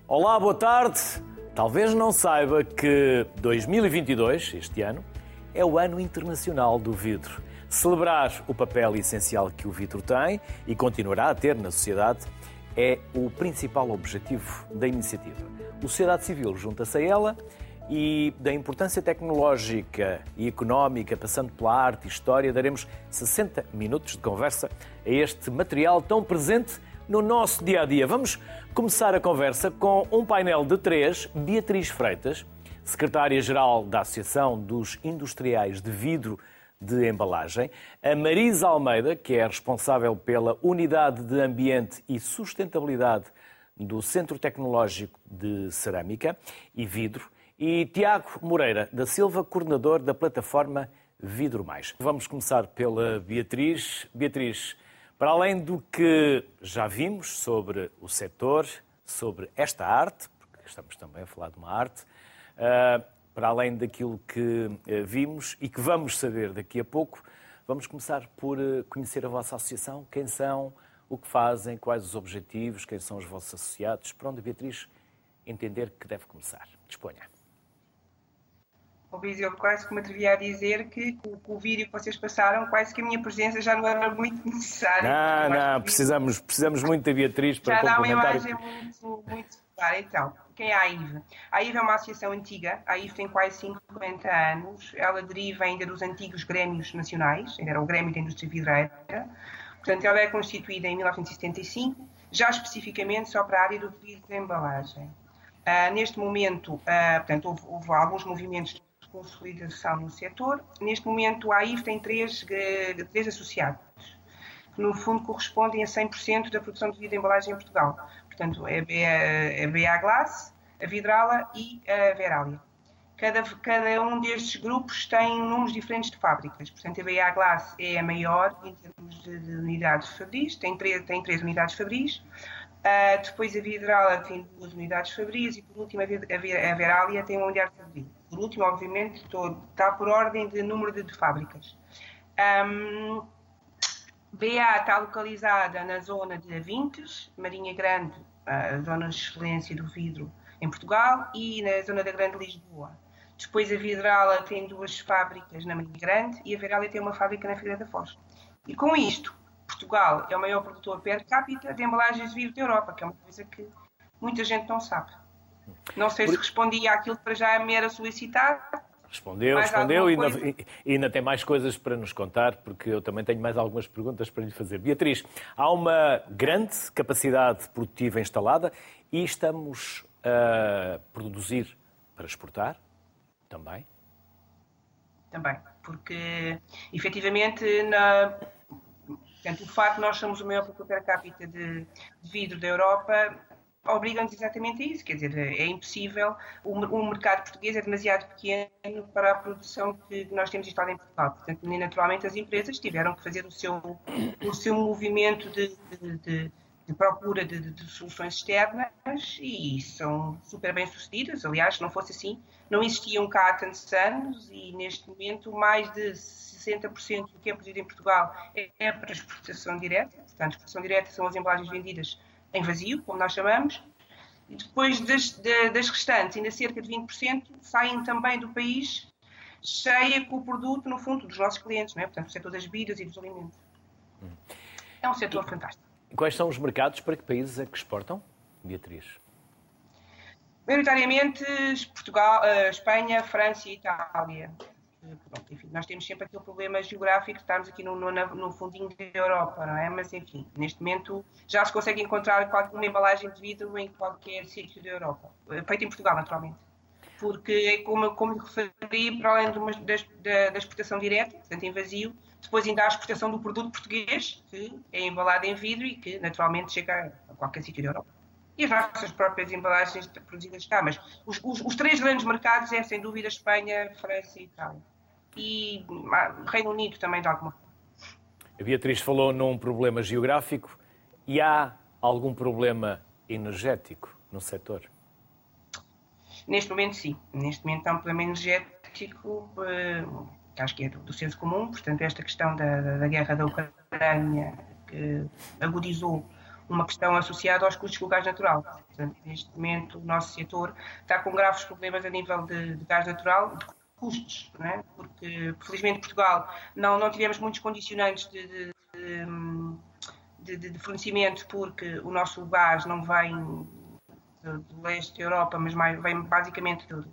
Olá, boa tarde. Talvez não saiba que 2022, este ano, é o Ano Internacional do Vidro. Celebrar o papel essencial que o vidro tem e continuará a ter na sociedade é o principal objetivo da iniciativa. A sociedade civil junta-se a ela e da importância tecnológica e económica, passando pela arte e história, daremos 60 minutos de conversa a este material tão presente no nosso dia-a-dia. Vamos começar a conversa com um painel de três. Beatriz Freitas, secretária-geral da Associação dos Industriais de Vidro de Embalagem. A Marisa Almeida, que é responsável pela Unidade de Ambiente e Sustentabilidade do Centro Tecnológico de Cerâmica e Vidro. E Tiago Moreira da Silva, coordenador da plataforma Vidro Mais. Vamos começar pela Beatriz. Beatriz, para além do que já vimos sobre o setor, sobre esta arte, porque estamos também a falar de uma arte, para além daquilo que vimos e que vamos saber daqui a pouco, vamos começar por conhecer a vossa associação. Quem são, o que fazem, quais os objetivos, quem são os vossos associados. Para onde a Beatriz entender que deve começar. Disponha. Eu quase que me atrevia a dizer que com o vídeo que vocês passaram, quase que a minha presença já não era muito necessária. Não, precisamos muito da Beatriz para complementar. Já dá uma imagem muito clara. Então, quem é a AIVE? A AIVE é uma associação antiga, a AIVE tem quase 50 anos, ela deriva ainda dos antigos grêmios nacionais, ainda era o Grêmio da Indústria Vidreira, portanto ela é constituída em 1975, já especificamente só para a área do vidro de embalagem. Neste momento, portanto, houve alguns movimentos de consolidação no setor. Neste momento, a AIVE tem três associados, que no fundo correspondem a 100% da produção de vidro de embalagem em Portugal. Portanto, a BA Glass, a Vidrala e a Veralia. Cada um destes grupos tem números diferentes de fábricas. Portanto, a BA Glass é a maior em termos de unidades fabris, tem 3 unidades fabris. Depois a Vidrala tem 2 unidades fabris e por último a Veralia tem uma unidade fabris. Por último, obviamente, está por ordem de número de fábricas. BA está localizada na zona de Avintes, Marinha Grande, a zona de excelência do vidro em Portugal, e na zona da Grande Lisboa. Depois a Vidrala tem 2 fábricas na Marinha Grande e a Veralia tem uma fábrica na Figueira da Foz. E com isto, Portugal é o maior produtor per capita de embalagens de vidro da Europa, que é uma coisa que muita gente não sabe. Não sei se respondi àquilo que para já me era solicitado. Respondeu e ainda tem mais coisas para nos contar, porque eu também tenho mais algumas perguntas para lhe fazer. Beatriz, há uma grande capacidade produtiva instalada e estamos a produzir para exportar também? Também, porque efetivamente portanto, o facto de nós somos o maior produtor per capita de vidro da Europa obriga-nos exatamente a isso. Quer dizer, é impossível. O mercado português é demasiado pequeno para a produção que nós temos instalada em Portugal. Portanto, naturalmente, as empresas tiveram que fazer o seu movimento de procura de soluções externas e são super bem sucedidas. Aliás, se não fosse assim, não existiam cá há tantos anos e, neste momento, mais de 60% do que é produzido em Portugal é para exportação direta. Portanto, exportação direta são as embalagens vendidas em vazio, como nós chamamos, e depois das restantes, ainda cerca de 20% saem também do país cheia com o produto, no fundo, dos nossos clientes, não é? Portanto, o setor das bebidas e dos alimentos. É um setor fantástico. Quais são os mercados? Para que países é que exportam, Beatriz? Maioritariamente Portugal, Espanha, França e Itália. Pronto, enfim, nós temos sempre aquele problema geográfico, estamos aqui no fundinho da Europa, não é? Mas, enfim, neste momento já se consegue encontrar uma embalagem de vidro em qualquer sítio da Europa. Feito em Portugal, naturalmente. Porque, como lhe referi, para além da exportação direta, portanto em vazio, depois ainda há a exportação do produto português, que é embalado em vidro e que, naturalmente, chega a qualquer sítio da Europa. E as nossas próprias embalagens produzidas cá. Mas os 3 grandes mercados é, sem dúvida, Espanha, França e Itália. E Reino Unido também, de alguma forma. A Beatriz falou num problema geográfico e há algum problema energético no setor? Neste momento, sim. Neste momento há um problema energético, acho que é do senso comum. Portanto, esta questão da guerra da Ucrânia, que agudizou uma questão associada aos custos do gás natural. Portanto, neste momento, o nosso setor está com graves problemas a nível de gás natural, de custos, não é? Porque, felizmente, Portugal não tivemos muitos condicionantes de fornecimento, porque o nosso gás não vem do leste da Europa, mas vem basicamente do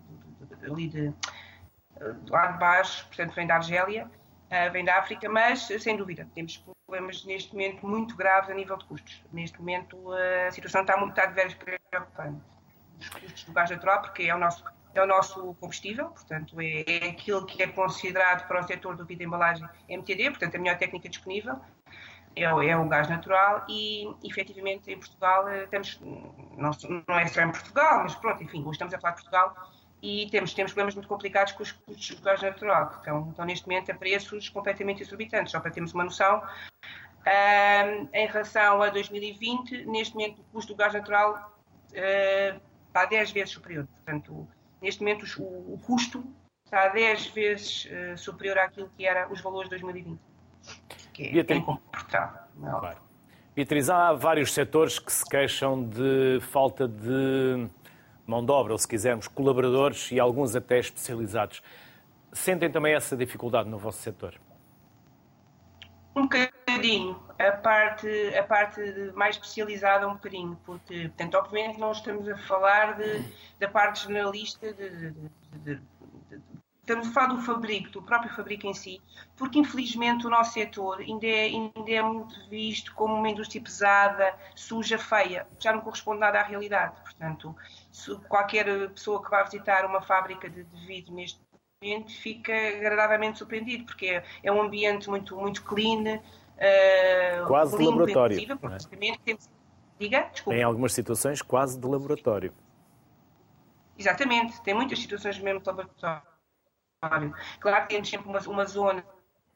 lado de baixo, portanto vem da Argélia, vem da África, mas sem dúvida temos problemas neste momento muito graves a nível de custos. Neste momento a situação está de veras preocupante. Os custos do gás natural, porque é o nosso combustível, portanto é aquilo que é considerado para o setor do vidro de embalagem MTD, portanto a melhor técnica disponível. É o gás natural e, efetivamente, em Portugal, não é só em Portugal, mas pronto, enfim, hoje estamos a falar de Portugal e temos problemas muito complicados com os custos do gás natural, que estão neste momento a preços completamente exorbitantes. Só para termos uma noção, em relação a 2020, neste momento o custo do gás natural está 10 vezes superior. Portanto, neste momento o custo está 10 vezes superior àquilo que era os valores de 2020. Que é incomportável. Claro. Beatriz, há vários setores que se queixam de falta de mão de obra, ou se quisermos, colaboradores e alguns até especializados. Sentem também essa dificuldade no vosso setor? Um bocadinho. A parte mais especializada um bocadinho, porque, portanto, obviamente não estamos a falar da parte generalista estamos a falar do próprio fabrico em si, porque infelizmente o nosso setor ainda é muito visto como uma indústria pesada, suja, feia, já não corresponde nada à realidade. Portanto, qualquer pessoa que vá visitar uma fábrica de vidro neste momento fica agradavelmente surpreendido, porque é um ambiente muito, muito clean, quase de laboratório. Diga? Desculpa. Em algumas situações, quase de laboratório. Exatamente, tem muitas situações mesmo de laboratório. Claro que temos sempre uma zona,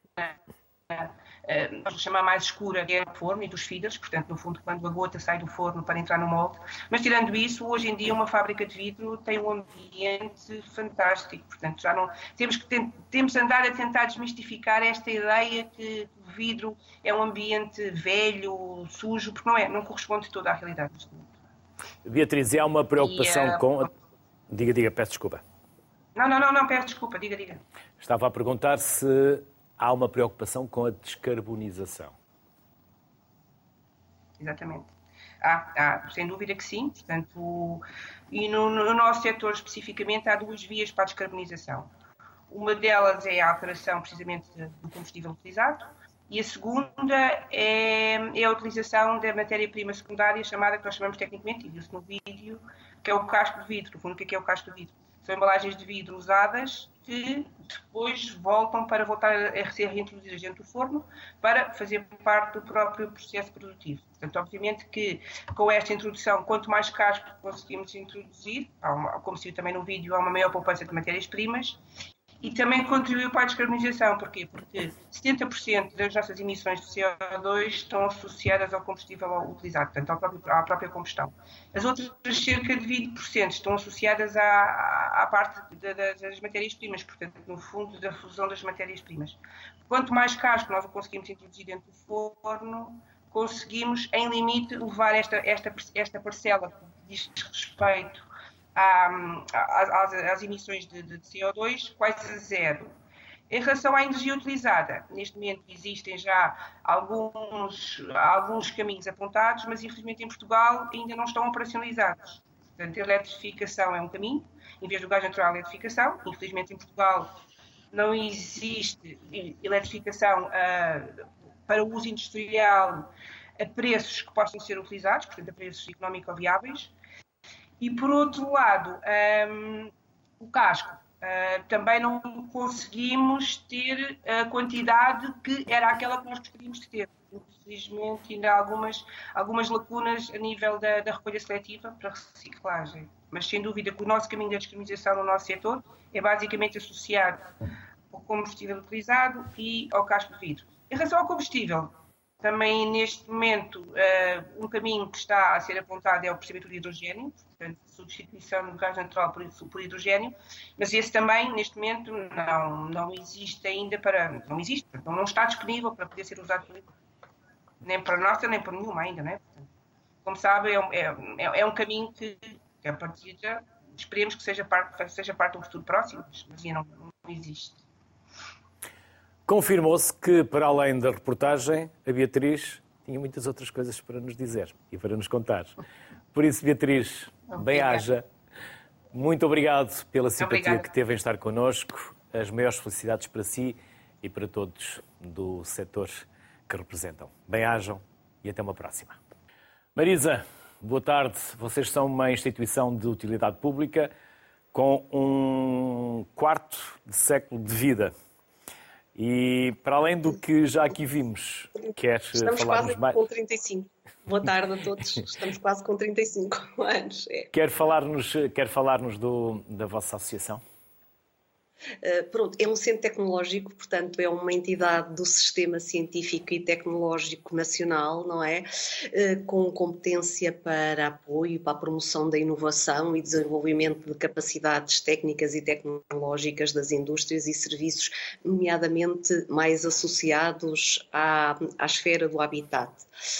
vamos chamar mais escura, que é o forno e dos feeders, portanto, no fundo, quando a gota sai do forno para entrar no molde. Mas, tirando isso, hoje em dia, uma fábrica de vidro tem um ambiente fantástico. Portanto, já não temos andado a tentar desmistificar esta ideia que o vidro é um ambiente velho, sujo, porque não corresponde toda à realidade deste momento. Beatriz, e há uma preocupação com... Diga, peço desculpa. Não, peço desculpa, diga. Estava a perguntar se há uma preocupação com a descarbonização. Exatamente. Sem dúvida que sim. Portanto, e no nosso setor especificamente há duas vias para a descarbonização. Uma delas é a alteração precisamente do combustível utilizado e a segunda é a utilização da matéria-prima secundária chamada, que nós chamamos tecnicamente, e viu-se no vídeo, que é o casco de vidro. No fundo, o que é o casco de vidro? São embalagens de vidro usadas que depois voltam a ser reintroduzidas dentro do forno para fazer parte do próprio processo produtivo. Portanto, obviamente que com esta introdução, quanto mais casco conseguimos introduzir, como se viu também no vídeo, há uma maior poupança de matérias-primas e também contribuiu para a descarbonização. Porquê? Porque 70% das nossas emissões de CO2 estão associadas ao combustível utilizado, portanto, à própria combustão. As outras cerca de 20% estão associadas à parte das matérias-primas, portanto, no fundo, da fusão das matérias-primas. Quanto mais casco nós conseguimos introduzir dentro do forno, conseguimos, em limite, levar esta parcela que diz respeito às emissões de CO2 quase a zero. Em relação à energia utilizada, neste momento existem já alguns caminhos apontados, mas infelizmente em Portugal ainda não estão operacionalizados. Portanto, a eletrificação é um caminho, em vez do gás natural, a eletrificação. Infelizmente em Portugal não existe eletrificação para o uso industrial a preços que possam ser utilizados, portanto a preços económico viáveis. E, por outro lado, o casco. Também não conseguimos ter a quantidade que era aquela que nós gostaríamos de ter. Infelizmente, ainda há algumas lacunas a nível da recolha seletiva para reciclagem. Mas, sem dúvida, que o nosso caminho da descarbonização no nosso setor é basicamente associado ao combustível utilizado e ao casco de vidro. Em relação ao combustível, também, neste momento, um caminho que está a ser apontado é o procedimento de hidrogênio, portanto, substituição do gás natural por hidrogênio, mas esse também, neste momento, não existe ainda não está disponível para poder ser usado nem para a nossa, nem para nenhuma ainda, não é? Portanto, como sabe, é um caminho que a partir já esperemos que seja parte do futuro próximo, mas não existe. Confirmou-se que, para além da reportagem, a Beatriz tinha muitas outras coisas para nos dizer e para nos contar. Por isso, Beatriz, bem-aja. Muito obrigado pela simpatia que teve em estar connosco. As maiores felicidades para si e para todos do setor que representam. Bem-ajam e até uma próxima. Marisa, boa tarde. Vocês são uma instituição de utilidade pública com um quarto de século de vida. E, para além do que já aqui vimos, queres falar-nos mais? Estamos quase com 35. Boa tarde a todos. Estamos quase com 35 anos. Quer falar-nos da vossa associação? Pronto, é um centro tecnológico, portanto é uma entidade do sistema científico e tecnológico nacional, não é? Com competência para apoio, para a promoção da inovação e desenvolvimento de capacidades técnicas e tecnológicas das indústrias e serviços, nomeadamente mais associados à esfera do habitat.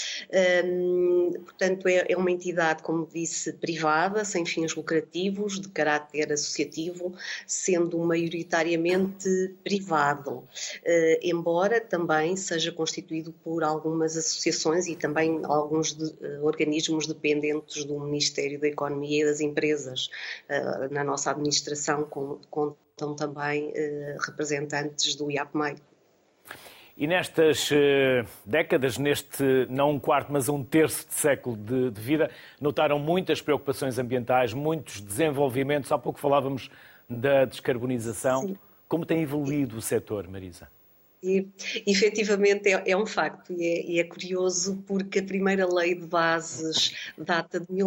Portanto, é uma entidade, como disse, privada, sem fins lucrativos, de caráter associativo, sendo maioritariamente privado, embora também seja constituído por algumas associações e também alguns organismos dependentes do Ministério da Economia e das Empresas. Na nossa administração contam também representantes do IAPMEI. E nestas décadas, não um quarto, mas um terço de século de vida, notaram muitas preocupações ambientais, muitos desenvolvimentos. Há pouco falávamos da descarbonização. Sim. Como tem evoluído o setor, Marisa? E, efetivamente é um facto e é curioso porque a primeira lei de bases data de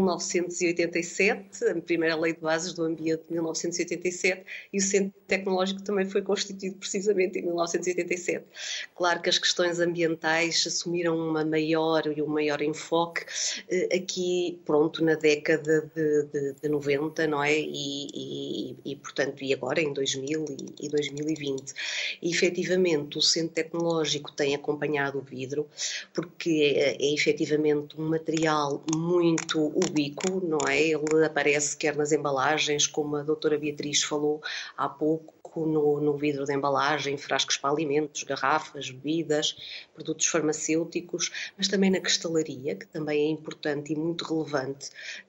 1987, a primeira lei de bases do ambiente de 1987 e o Centro Tecnológico também foi constituído precisamente em 1987. Claro que as questões ambientais assumiram um maior enfoque aqui, pronto, na década de 90, não é? Portanto, e agora em 2000 e 2020. E efetivamente o Centro Tecnológico tem acompanhado o vidro, porque é efetivamente um material muito ubíquo, não é? Ele aparece quer nas embalagens, como a doutora Beatriz falou há pouco, no vidro de embalagem, frascos para alimentos, garrafas, bebidas, produtos farmacêuticos, mas também na cristalaria, que também é importante e muito relevante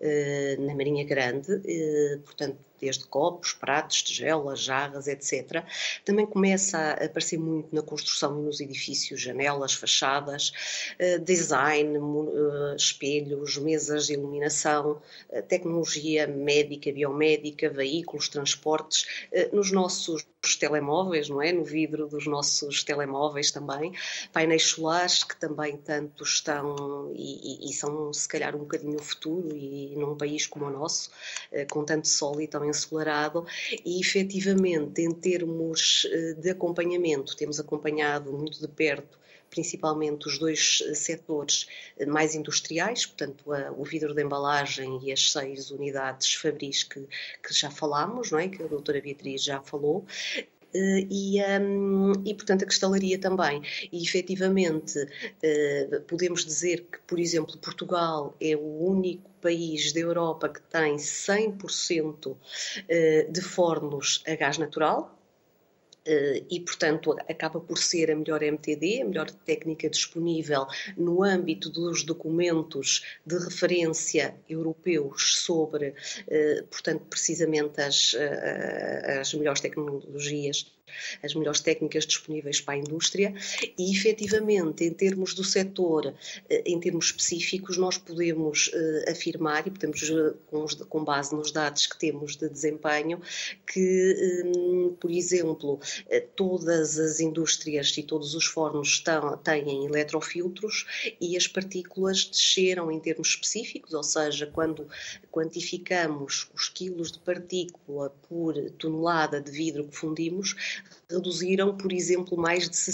na Marinha Grande, portanto, desde copos, pratos, tigelas, jarras, etc. Também começa a aparecer muito na construção e nos edifícios, janelas, fachadas, design, espelhos, mesas de iluminação, tecnologia médica, biomédica, veículos, transportes, nos nossos telemóveis, não é? No vidro dos nossos telemóveis também, painéis solares que também tanto estão e são se calhar um bocadinho o futuro e num país como o nosso, com tanto sol e tão ensolarado, e efetivamente em termos de acompanhamento temos acompanhado muito de perto principalmente os dois setores mais industriais, portanto o vidro de embalagem e as 6 unidades Fabris que já falámos, não é? Que a doutora Beatriz já falou, e portanto a cristalaria também. E efetivamente podemos dizer que, por exemplo, Portugal é o único país da Europa que tem 100% de fornos a gás natural. E, portanto, acaba por ser a melhor MTD, a melhor técnica disponível no âmbito dos documentos de referência europeus sobre, portanto, precisamente as melhores tecnologias, as melhores técnicas disponíveis para a indústria e, efetivamente, em termos do setor, em termos específicos, nós podemos afirmar, e podemos, com base nos dados que temos de desempenho, que, por exemplo, todas as indústrias e todos os fornos têm eletrofiltros e as partículas desceram em termos específicos, ou seja, quando quantificamos os quilos de partícula por tonelada de vidro que fundimos, reduziram, por exemplo, mais de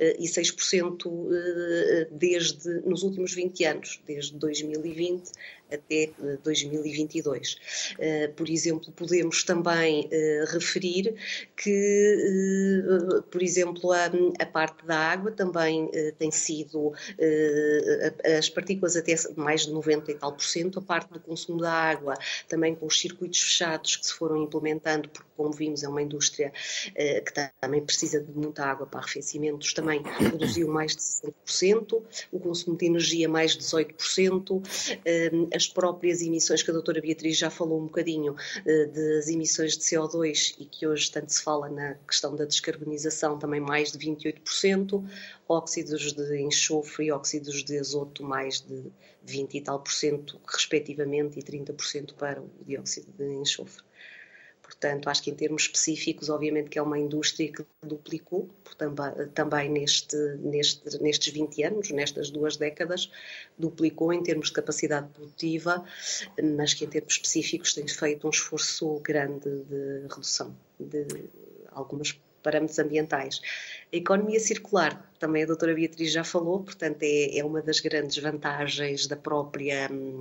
66% nos últimos 20 anos, desde 2020 até 2022. Por exemplo, podemos também referir que, por exemplo, a parte da água também tem sido, as partículas até mais de 90 e tal %, a parte do consumo da água, também com os circuitos fechados que se foram implementando, porque, como vimos, é uma indústria que também precisa de muita água para arrefecimentos, também reduziu mais de 60%, o consumo de energia mais de 18%, as próprias emissões, que a doutora Beatriz já falou um bocadinho, das emissões de CO2 e que hoje tanto se fala na questão da descarbonização, também mais de 28%, óxidos de enxofre e óxidos de azoto mais de 20 e tal %, respectivamente, e 30% para o dióxido de enxofre. Portanto, acho que em termos específicos, obviamente que é uma indústria que duplicou também nestes 20 anos, nestas 2 décadas, duplicou em termos de capacidade produtiva, mas que em termos específicos tem feito um esforço grande de redução de alguns parâmetros ambientais. A economia circular, também a doutora Beatriz já falou, portanto é uma das grandes vantagens do próprio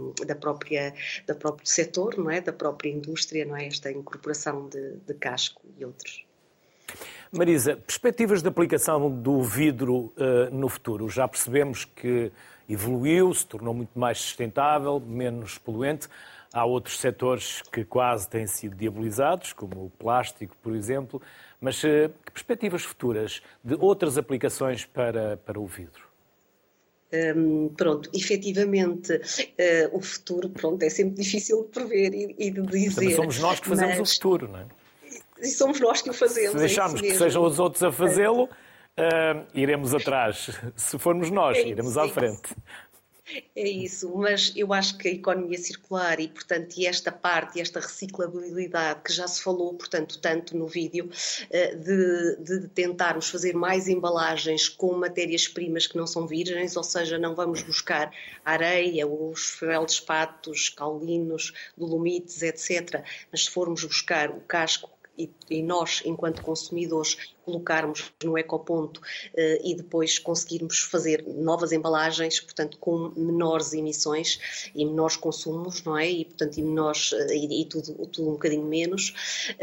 setor, não é? Da própria indústria, não é? Esta incorporação de casco e outros. Marisa, perspectivas de aplicação do vidro no futuro? Já percebemos que evoluiu, se tornou muito mais sustentável, menos poluente. Há outros setores que quase têm sido diabolizados, como o plástico, por exemplo. Mas que perspectivas futuras de outras aplicações para o vidro? Pronto, efetivamente, o futuro, pronto, é sempre difícil de prever e de dizer. Também somos nós que fazemos o futuro, não é? E somos nós que o fazemos. Se deixarmos que sejam os outros a fazê-lo, iremos atrás. Se formos nós, iremos à frente. É isso, mas eu acho que a economia circular e, portanto, esta parte, esta reciclabilidade que já se falou, portanto, tanto no vídeo, de tentarmos fazer mais embalagens com matérias-primas que não são virgens, ou seja, não vamos buscar areia, os feldspatos, caulinos, dolomites, etc. Mas se formos buscar o casco e nós, enquanto consumidores, colocarmos no ecoponto e depois conseguirmos fazer novas embalagens, portanto, com menores emissões e menores consumos, não é? E, portanto, e menores, e tudo um bocadinho menos.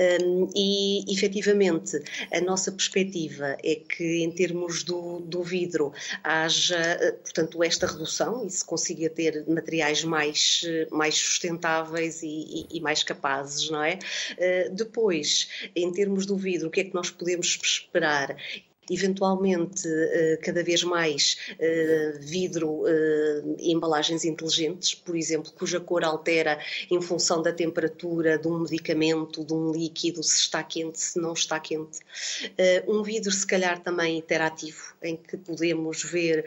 E, efetivamente, a nossa perspectiva é que, em termos do vidro, haja, portanto, esta redução e se consiga ter materiais mais sustentáveis e mais capazes, não é? Depois, em termos do vidro, o que é que nós podemos esperar? Eventualmente, cada vez mais vidro e embalagens inteligentes, por exemplo, cuja cor altera em função da temperatura de um medicamento, de um líquido, se está quente, se não está quente. Um vidro, se calhar, também interativo, em que podemos ver,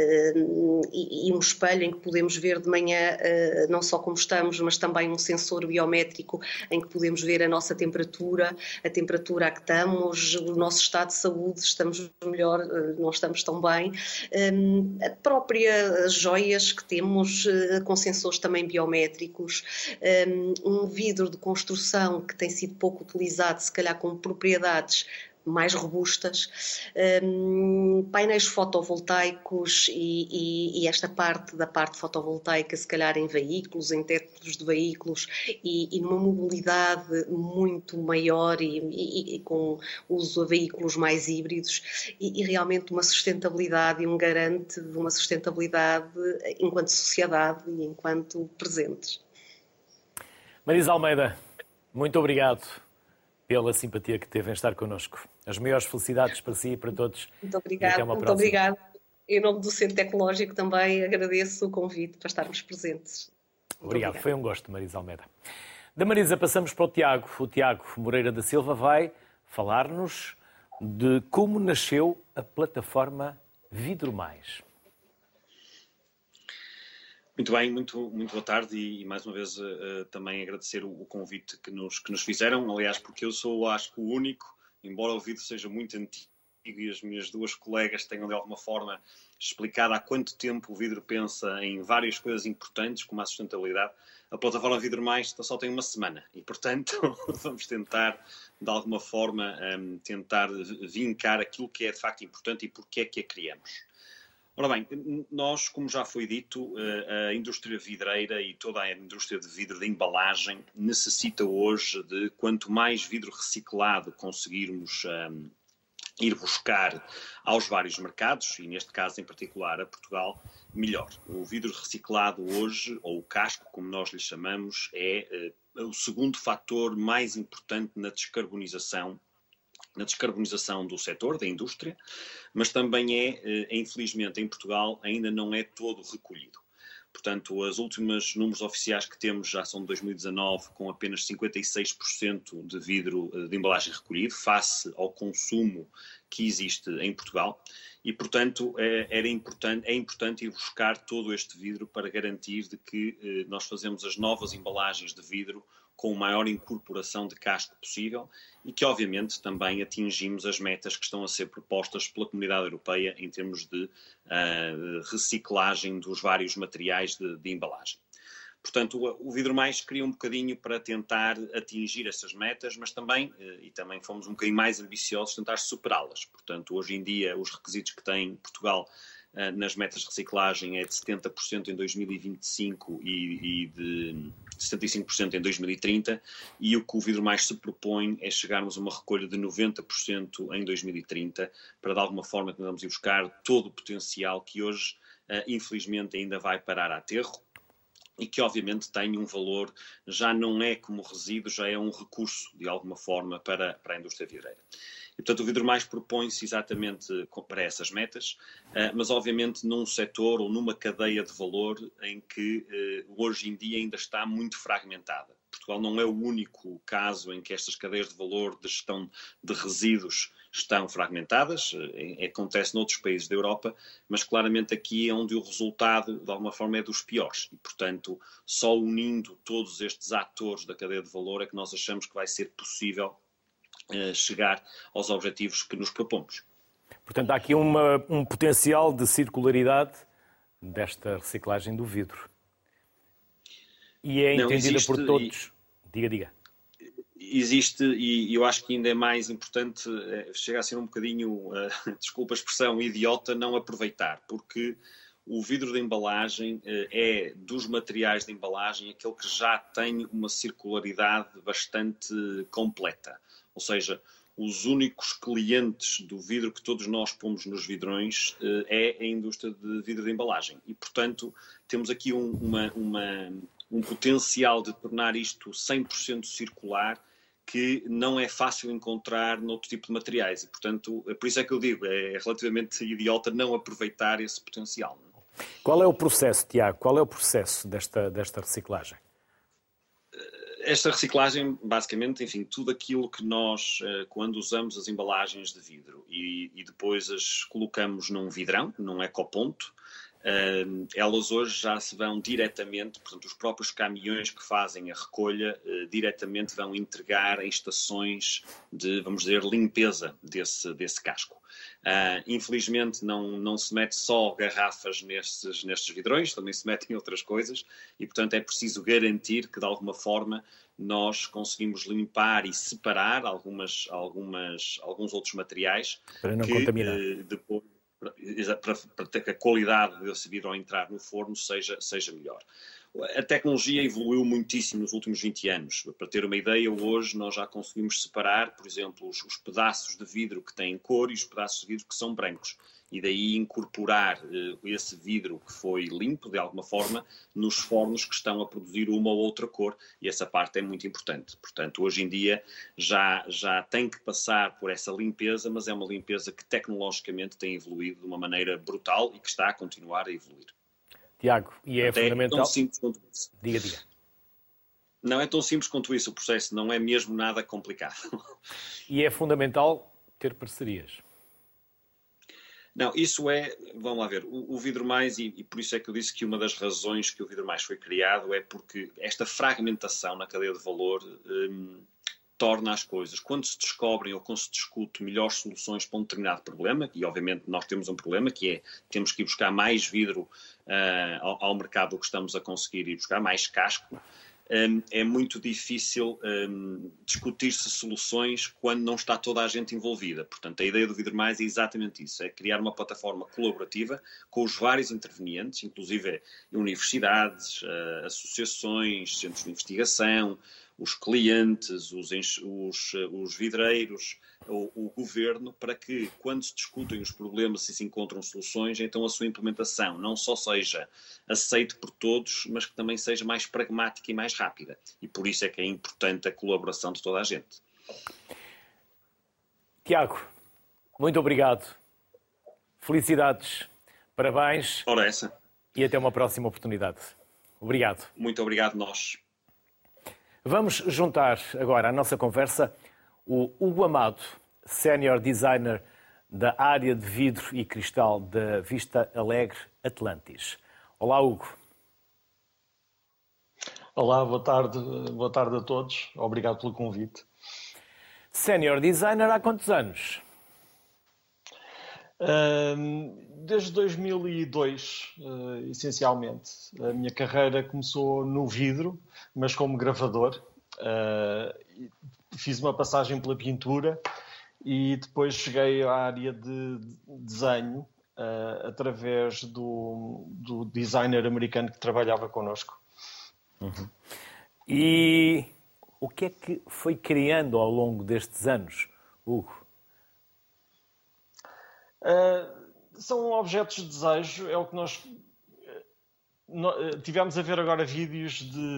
e um espelho em que podemos ver de manhã não só como estamos, mas também um sensor biométrico em que podemos ver a nossa temperatura, a temperatura a que estamos, o nosso estado de saúde, estamos melhor, não estamos tão bem. A própria joias que temos com sensores também biométricos, um vidro de construção que tem sido pouco utilizado, se calhar com propriedades mais robustas, painéis fotovoltaicos e esta parte da parte fotovoltaica, se calhar em veículos, em tetos de veículos e numa mobilidade muito maior e com uso a veículos mais híbridos e realmente uma sustentabilidade e um garante de uma sustentabilidade enquanto sociedade e enquanto presentes. Marisa Almeida, muito obrigado pela simpatia que teve em estar connosco. As maiores felicidades para si e para todos. Muito obrigado. Muito obrigado. Em nome do Centro Tecnológico também agradeço o convite para estarmos presentes. Obrigado. Foi um gosto, Marisa Almeida. Da Marisa passamos para o Tiago. O Tiago Moreira da Silva vai falar-nos de como nasceu a plataforma Vidro Mais. Muito bem, muito boa tarde e mais uma vez também agradecer o convite que nos fizeram, aliás, porque eu sou, acho que, o único, embora o vidro seja muito antigo e as minhas duas colegas tenham de alguma forma explicado há quanto tempo o vidro pensa em várias coisas importantes, como a sustentabilidade, a plataforma Vidro Mais só tem uma semana e, portanto, vamos tentar, de alguma forma, tentar vincar aquilo que é de facto importante e porque é que a criamos. Ora bem, nós, como já foi dito, a indústria vidreira e toda a indústria de vidro de embalagem necessita hoje de quanto mais vidro reciclado conseguirmos ir buscar aos vários mercados, e neste caso em particular a Portugal, melhor. O vidro reciclado hoje, ou o casco, como nós lhe chamamos, é o segundo fator mais importante na descarbonização do setor, da indústria, mas também infelizmente, em Portugal, ainda não é todo recolhido. Portanto, os últimos números oficiais que temos já são de 2019, com apenas 56% de vidro de embalagem recolhido, face ao consumo que existe em Portugal. E, portanto, é importante ir buscar todo este vidro para garantir de que nós fazemos as novas embalagens de vidro com a maior incorporação de casco possível e que, obviamente, também atingimos as metas que estão a ser propostas pela Comunidade Europeia em termos de reciclagem dos vários materiais de embalagem. Portanto, o Vidro Mais cria um bocadinho para tentar atingir essas metas, mas também fomos um bocadinho mais ambiciosos, tentar superá-las. Portanto, hoje em dia, os requisitos que tem Portugal nas metas de reciclagem é de 70% em 2025 e de 75% em 2030, e o que o Vidro Mais se propõe é chegarmos a uma recolha de 90% em 2030, para de alguma forma tentarmos ir buscar todo o potencial que hoje, infelizmente, ainda vai parar a aterro, e que obviamente tem um valor, já não é como resíduo, já é um recurso, de alguma forma, para a indústria vidreira. E, portanto, o Vidro Mais propõe-se exatamente para essas metas, mas obviamente num setor ou numa cadeia de valor em que hoje em dia ainda está muito fragmentada. Portugal não é o único caso em que estas cadeias de valor de gestão de resíduos estão fragmentadas, acontece noutros países da Europa, mas claramente aqui é onde o resultado, de alguma forma, é dos piores. E, portanto, só unindo todos estes atores da cadeia de valor é que nós achamos que vai ser possível chegar aos objetivos que nos propomos. Portanto, há aqui um potencial de circularidade desta reciclagem do vidro. E é entendida por todos. Diga. Existe, e eu acho que ainda é mais importante, chega a ser um bocadinho, desculpa a expressão, idiota, não aproveitar, porque o vidro de embalagem é, dos materiais de embalagem, aquele que já tem uma circularidade bastante completa. Ou seja, os únicos clientes do vidro que todos nós pomos nos vidrões é a indústria de vidro de embalagem. E, portanto, temos aqui um potencial de tornar isto 100% circular que não é fácil encontrar noutro tipo de materiais. E, portanto, por isso é que eu digo, é relativamente idiota não aproveitar esse potencial. Qual é o processo, Tiago? Qual é o processo desta reciclagem? Esta reciclagem, basicamente, enfim, tudo aquilo que nós, quando usamos as embalagens de vidro e depois as colocamos num vidrão, num ecoponto, elas hoje já se vão diretamente, portanto, os próprios caminhões que fazem a recolha diretamente vão entregar em estações de, vamos dizer, limpeza desse casco. Infelizmente não se mete só garrafas nestes vidrões, também se metem outras coisas e, portanto, é preciso garantir que, de alguma forma, nós conseguimos limpar e separar alguns outros materiais para não contaminar. Depois, para que a qualidade desse vidro ao entrar no forno seja melhor. A tecnologia evoluiu muitíssimo nos últimos 20 anos. Para ter uma ideia, hoje nós já conseguimos separar, por exemplo, os pedaços de vidro que têm cor e os pedaços de vidro que são brancos. E daí incorporar esse vidro que foi limpo, de alguma forma, nos fornos que estão a produzir uma ou outra cor. E essa parte é muito importante. Portanto, hoje em dia já tem que passar por essa limpeza, mas é uma limpeza que tecnologicamente tem evoluído de uma maneira brutal e que está a continuar a evoluir. Tiago, e é fundamental... É tão simples quanto isso. Diga. Não é tão simples quanto isso, o processo não é mesmo nada complicado. E é fundamental ter parcerias. Não, isso é, vamos lá ver, o Vidro Mais, e por isso é que eu disse que uma das razões que o Vidro Mais foi criado é porque esta fragmentação na cadeia de valor torna as coisas, quando se descobrem ou quando se discute melhores soluções para um determinado problema, e obviamente nós temos um problema que é, temos que ir buscar mais vidro ao mercado do que estamos a conseguir ir buscar, mais casco, é muito difícil discutir-se soluções quando não está toda a gente envolvida. Portanto, a ideia do Vidro Mais é exatamente isso, é criar uma plataforma colaborativa com os vários intervenientes, inclusive universidades, associações, centros de investigação, os clientes, os vidreiros, o governo, para que, quando se discutem os problemas e se encontram soluções, então a sua implementação não só seja aceite por todos, mas que também seja mais pragmática e mais rápida. E por isso é que é importante a colaboração de toda a gente. Tiago, muito obrigado. Felicidades, parabéns. Ora essa. E até uma próxima oportunidade. Obrigado. Muito obrigado, nós. Vamos juntar agora à nossa conversa o Hugo Amado, Senior Designer da área de vidro e cristal da Vista Alegre Atlantis. Olá, Hugo. Olá, boa tarde a todos. Obrigado pelo convite. Senior Designer há quantos anos? Desde 2002, essencialmente. A minha carreira começou no vidro, mas como gravador. Fiz uma passagem pela pintura e depois cheguei à área de desenho através do designer americano que trabalhava connosco. Uhum. E o que é que foi criando ao longo destes anos, Hugo? São objetos de desejo, é o que nós tivemos a ver agora vídeos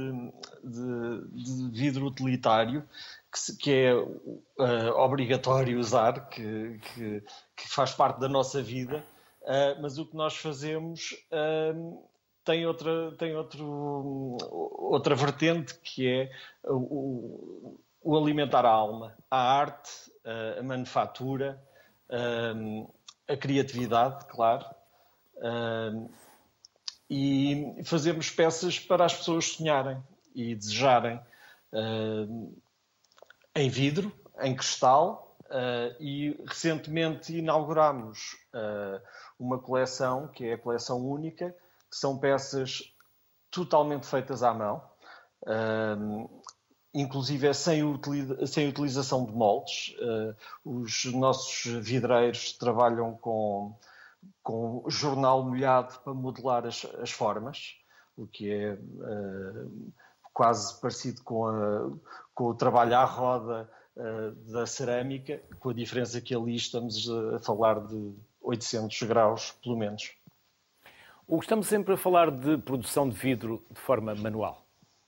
de vidro utilitário que é obrigatório usar, que faz parte da nossa vida, mas o que nós fazemos tem outra vertente, que é o alimentar a alma, a arte, a manufatura, a criatividade, claro, e fazemos peças para as pessoas sonharem e desejarem, em vidro, em cristal, e recentemente inaugurámos uma coleção, que é a coleção única, que são peças totalmente feitas à mão, inclusive sem utilização de moldes. Os nossos vidreiros trabalham com jornal molhado para modelar as formas, o que é quase parecido com o trabalho à roda da cerâmica, com a diferença que ali estamos a falar de 800 graus, pelo menos. Estamos sempre a falar de produção de vidro de forma manual.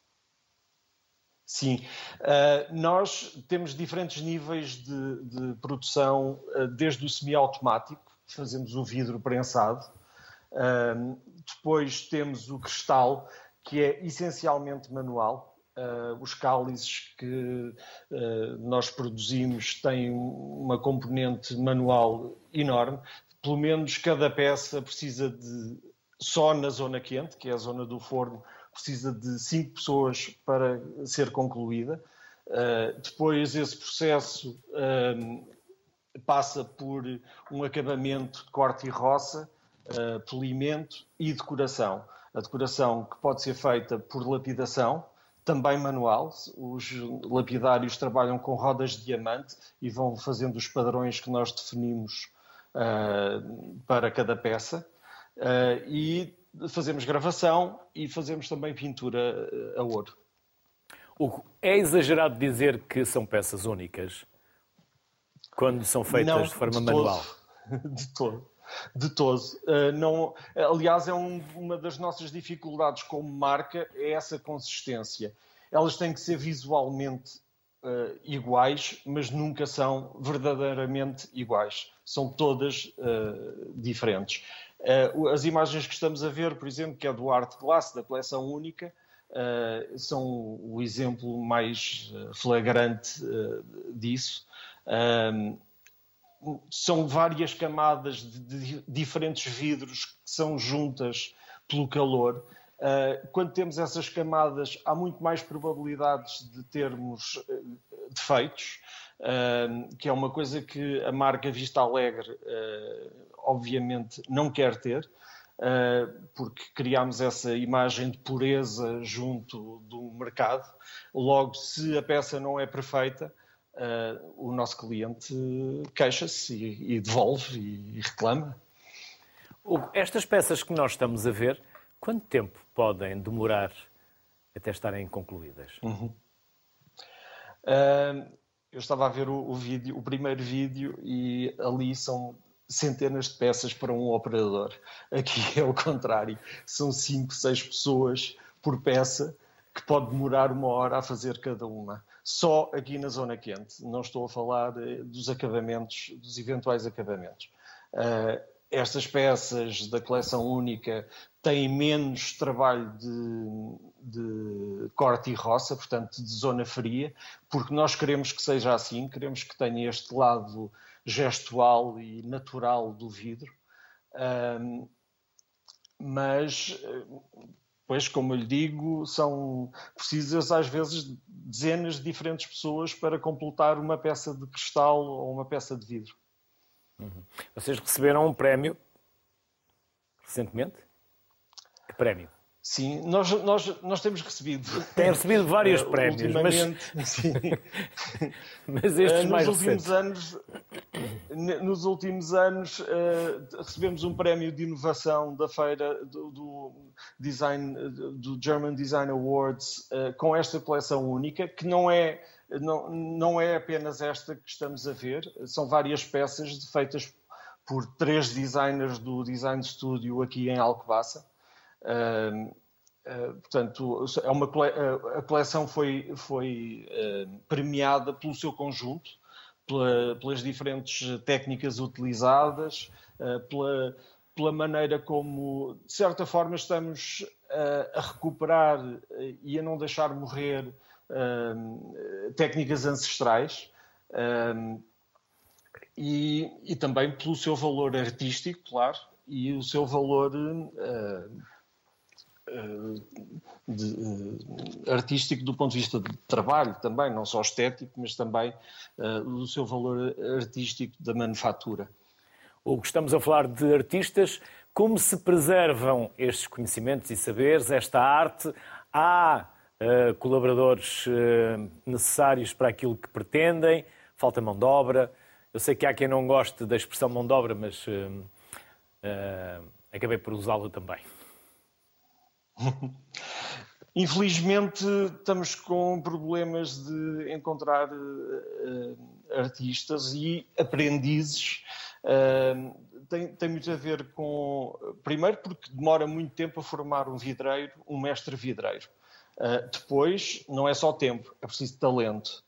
Sim, nós temos diferentes níveis de produção, desde o semiautomático, fazemos o vidro prensado, depois temos o cristal, que é essencialmente manual. Os cálices que nós produzimos têm uma componente manual enorme, pelo menos cada peça precisa só na zona quente, que é a zona do forno, precisa de 5 pessoas para ser concluída. Depois esse processo passa por um acabamento de corte e roça, polimento e decoração. A decoração que pode ser feita por lapidação, também manual. Os lapidários trabalham com rodas de diamante e vão fazendo os padrões que nós definimos para cada peça. E fazemos gravação e fazemos também pintura a ouro. Hugo, é exagerado dizer que são peças únicas quando são feitas de forma manual? De todo. Não, aliás, é uma das nossas dificuldades como marca, é essa consistência. Elas têm que ser visualmente iguais, mas nunca são verdadeiramente iguais. São todas diferentes. As imagens que estamos a ver, por exemplo, que é do Art Glass, da coleção única, são o exemplo mais flagrante disso. São várias camadas de diferentes vidros que são juntas pelo calor. Quando temos essas camadas, há muito mais probabilidades de termos defeitos, que é uma coisa que a marca Vista Alegre obviamente não quer ter. porque criámos essa imagem de pureza junto do mercado. Logo, se a peça não é perfeita, o nosso cliente queixa-se e devolve e reclama. Estas peças que nós estamos a ver, quanto tempo podem demorar até estarem concluídas? Eu estava a ver o primeiro vídeo, e ali são centenas de peças para um operador. Aqui é o contrário. São 5, 6 pessoas por peça, que pode demorar 1 hora a fazer cada uma. Só aqui na zona quente. Não estou a falar dos acabamentos, dos eventuais acabamentos. Estas peças da coleção única têm menos trabalho de corte e roça, portanto de zona fria, porque nós queremos que seja assim, queremos que tenha este lado gestual e natural do vidro. Mas, pois, como eu lhe digo, são precisas às vezes dezenas de diferentes pessoas para completar uma peça de cristal ou uma peça de vidro. Vocês receberam um prémio recentemente? Que prémio? Sim, nós temos recebido. Têm recebido vários prémios, mas estes mais recentes. Nos últimos anos recebemos um prémio de inovação da feira do German Design Awards com esta coleção única, que não é apenas esta que estamos a ver, são várias peças feitas por 3 designers do Design Studio aqui em Alcobaça. Portanto, a coleção foi premiada pelo seu conjunto, pelas diferentes técnicas utilizadas, pela maneira como, de certa forma, estamos a recuperar e a não deixar morrer técnicas ancestrais, e também pelo seu valor artístico, claro, e o seu valor artístico do ponto de vista de trabalho também, não só estético, mas também do seu valor artístico da manufatura. Hugo, estamos a falar de artistas. Como se preservam estes conhecimentos e saberes, esta arte? Há colaboradores necessários para aquilo que pretendem? Falta mão de obra? Eu sei que há quem não goste da expressão mão de obra, mas acabei por usá-la também. Infelizmente estamos com problemas de encontrar artistas e aprendizes. Tem muito a ver com... Primeiro porque demora muito tempo a formar um vidreiro, um mestre vidreiro. Depois, não é só tempo, é preciso talento.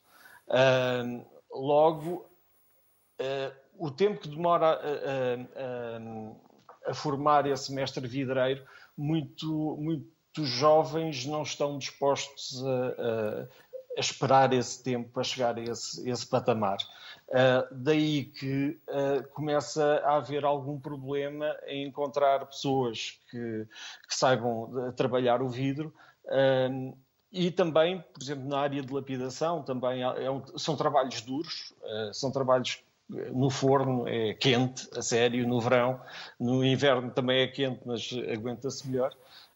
Logo, o tempo que demora a formar esse mestre vidreiro, muitos jovens não estão dispostos a esperar esse tempo para chegar a esse patamar. Daí que começa a haver algum problema em encontrar pessoas que saibam trabalhar o vidro, e também, por exemplo, na área de lapidação, também são trabalhos duros, são trabalhos no forno, é quente, a sério, no verão, no inverno também é quente, mas aguenta-se melhor.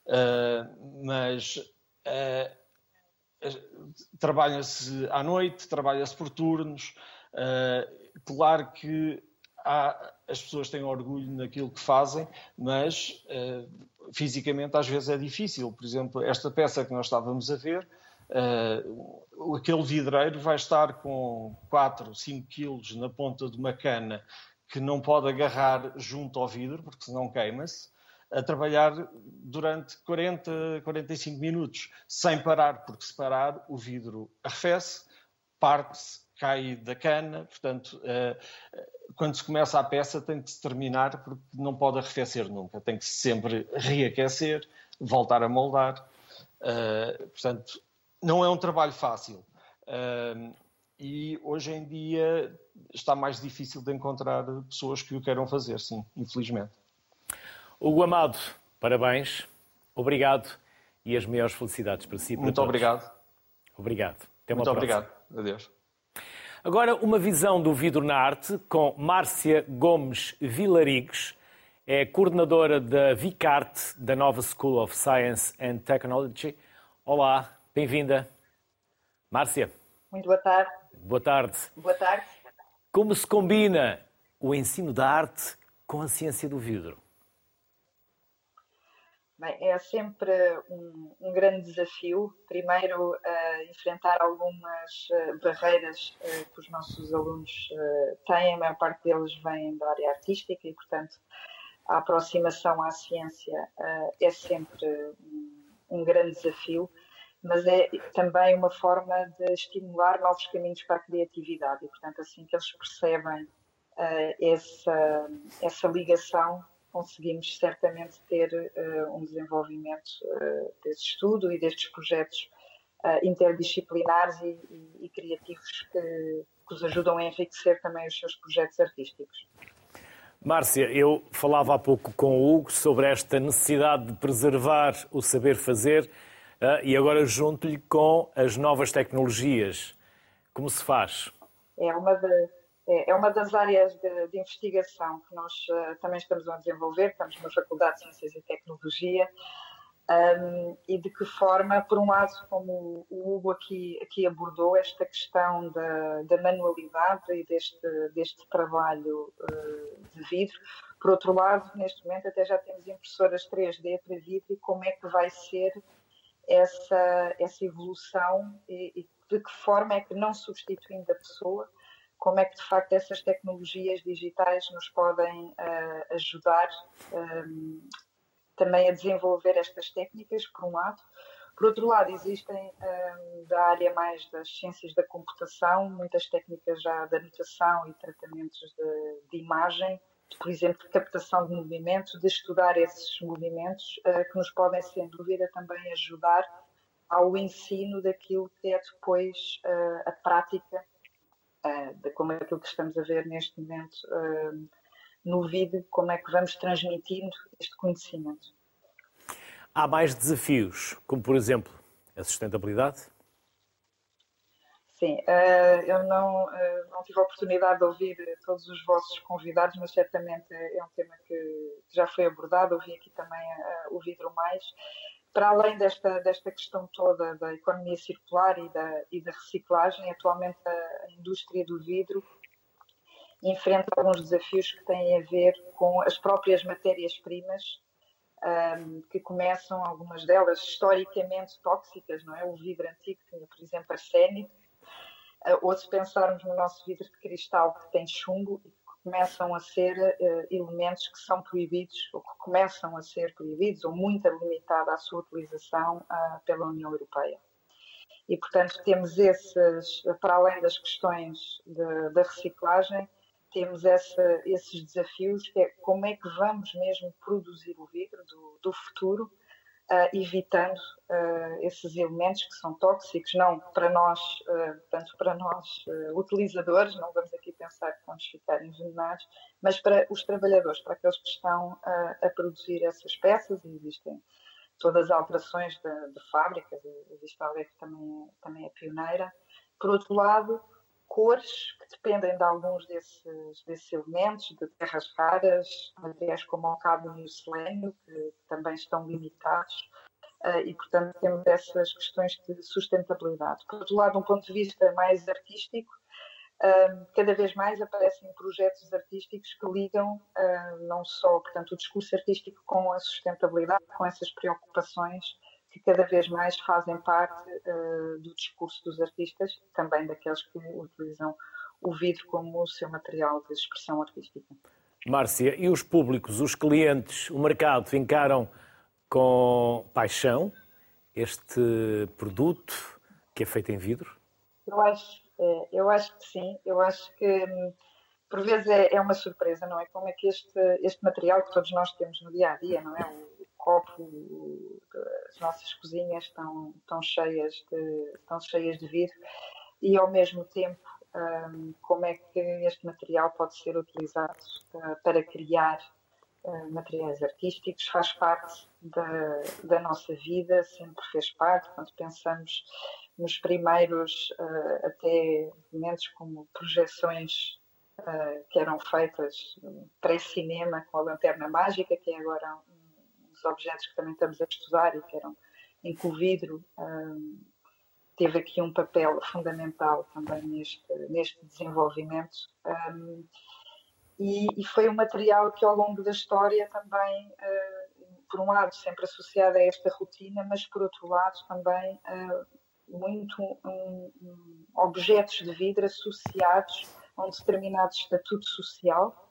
Trabalha-se à noite, trabalha-se por turnos. Claro que as pessoas têm orgulho naquilo que fazem, mas fisicamente às vezes é difícil. Por exemplo, esta peça que nós estávamos a ver, aquele vidreiro vai estar com 4, 5 quilos na ponta de uma cana que não pode agarrar junto ao vidro, porque senão queima-se, a trabalhar durante 40, 45 minutos, sem parar, porque se parar o vidro arrefece, parte-se, cai da cana. Portanto, quando se começa a peça tem que se terminar, porque não pode arrefecer nunca, tem que sempre reaquecer, voltar a moldar. Portanto, não é um trabalho fácil. E hoje em dia está mais difícil de encontrar pessoas que o queiram fazer, sim, infelizmente. Hugo Amado, parabéns, obrigado e as maiores felicidades para si. Muito obrigado. Obrigado. Até uma próxima. Muito obrigado. Adeus. Agora, uma visão do vidro na arte com Márcia Gomes Vilarigues. é coordenadora da VICART, da Nova School of Science and Technology. Olá, bem-vinda. Márcia. Muito boa tarde. Boa tarde. Boa tarde. Como se combina o ensino da arte com a ciência do vidro? Bem, é sempre um grande desafio. Primeiro, enfrentar algumas barreiras que os nossos alunos têm. A maior parte deles vem da área artística e, portanto, a aproximação à ciência é sempre um grande desafio, mas é também uma forma de estimular novos caminhos para a criatividade. E, portanto, assim que eles percebem essa ligação, conseguimos certamente ter um desenvolvimento desse estudo e destes projetos interdisciplinares e criativos que os ajudam a enriquecer também os seus projetos artísticos. Márcia, eu falava há pouco com o Hugo sobre esta necessidade de preservar o saber fazer e agora junto-lhe com as novas tecnologias. Como se faz? É uma das áreas de investigação que nós também estamos a desenvolver. Estamos na Faculdade de Ciências e Tecnologia. E de que forma, por um lado, como o Hugo aqui abordou, esta questão da manualidade e deste trabalho de vidro. Por outro lado, neste momento até já temos impressoras 3D para vidro e como é que vai ser essa evolução e de que forma é que, não substituindo a pessoa, como é que, de facto, essas tecnologias digitais nos podem ajudar também a desenvolver estas técnicas, por um lado. Por outro lado, existem, da área mais das ciências da computação, muitas técnicas já de anotação e tratamentos de imagem, por exemplo, de captação de movimentos, de estudar esses movimentos, que nos podem, sem dúvida, também ajudar ao ensino daquilo que é depois a prática, como é aquilo que estamos a ver neste momento no vídeo, como é que vamos transmitindo este conhecimento. Há mais desafios, como por exemplo a sustentabilidade? Sim, eu não tive a oportunidade de ouvir todos os vossos convidados, mas certamente é um tema que já foi abordado. Ouvi aqui também o Vidro Mais. Para além desta questão toda da economia circular e da reciclagem, atualmente a indústria do vidro enfrenta alguns desafios que têm a ver com as próprias matérias-primas, que começam, algumas delas historicamente tóxicas, não é? O vidro antigo tinha, por exemplo, arsénico, ou se pensarmos no nosso vidro de cristal que tem chumbo, e que começam a ser elementos que são proibidos, ou que começam a ser proibidos, ou muito limitada a sua utilização pela União Europeia. E, portanto, temos para além das questões da reciclagem, temos esses desafios, que é como é que vamos mesmo produzir o vidro do futuro, evitando esses elementos que são tóxicos, não para nós, portanto, para nós utilizadores, não vamos aqui pensar que vamos ficar envenenados, mas para os trabalhadores, para aqueles que estão a produzir essas peças, e existem todas as alterações de fábricas, existe a Alec que também é pioneira. Por outro lado, cores que dependem de alguns desses elementos, de terras raras, materiais como o cádmio e o selênio, que também estão limitados, e, portanto, temos essas questões de sustentabilidade. Por outro lado, um ponto de vista mais artístico, cada vez mais aparecem projetos artísticos que ligam não só, portanto, o discurso artístico com a sustentabilidade, com essas preocupações que cada vez mais fazem parte do discurso dos artistas, também daqueles que utilizam o vidro como o seu material de expressão artística. Márcia, e os públicos, os clientes, o mercado encaram com paixão este produto que é feito em vidro? Eu acho que sim. Eu acho que por vezes é uma surpresa, não é? Como é que este material que todos nós temos no dia a dia, não é? O copo, as nossas cozinhas estão cheias de vidro, e ao mesmo tempo como é que este material pode ser utilizado para criar materiais artísticos, faz parte da nossa vida, sempre fez parte. Quando pensamos nos primeiros até momentos como projeções que eram feitas pré-cinema com a lanterna mágica, que é agora um dos objetos que também estamos a estudar e em que o vidro teve aqui um papel fundamental também neste desenvolvimento. E foi um material que ao longo da história também, por um lado, sempre associado a esta rotina, mas por outro lado também muito objetos de vidro associados a um determinado estatuto social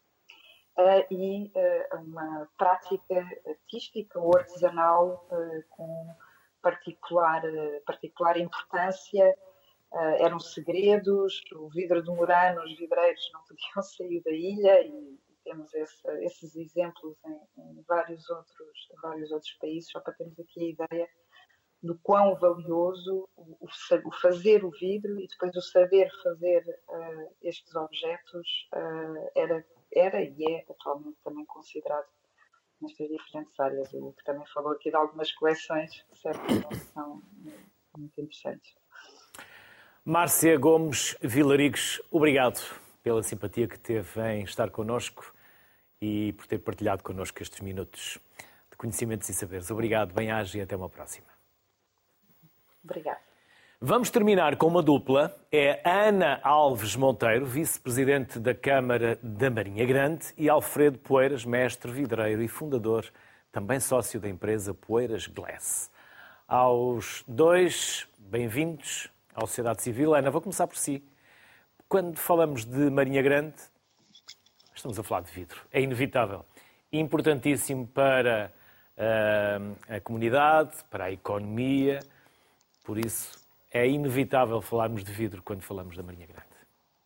e a uma prática artística ou artesanal com particular importância. Eram segredos, o vidro de Murano, os vidreiros não podiam sair da ilha e temos esses exemplos em vários outros países, só para termos aqui a ideia do quão valioso o fazer o vidro e depois o saber fazer estes objetos era e é atualmente também considerado nestas diferentes áreas. O que também falou aqui de algumas coleções que certamente são muito interessantes. Márcia Gomes Vilarigues, obrigado pela simpatia que teve em estar connosco e por ter partilhado connosco estes minutos de conhecimentos e saberes. Obrigado, bem-aja e até uma próxima. Obrigada. Vamos terminar com uma dupla. É Ana Alves Monteiro, vice-presidente da Câmara da Marinha Grande, e Alfredo Poeiras, mestre vidreiro e fundador, também sócio da empresa Poeiras Glass. Aos dois, bem-vindos à sociedade civil. Ana, vou começar por si. Quando falamos de Marinha Grande, estamos a falar de vidro. É inevitável. Importantíssimo para a comunidade, para a economia. Por isso, é inevitável falarmos de vidro quando falamos da Marinha Grande.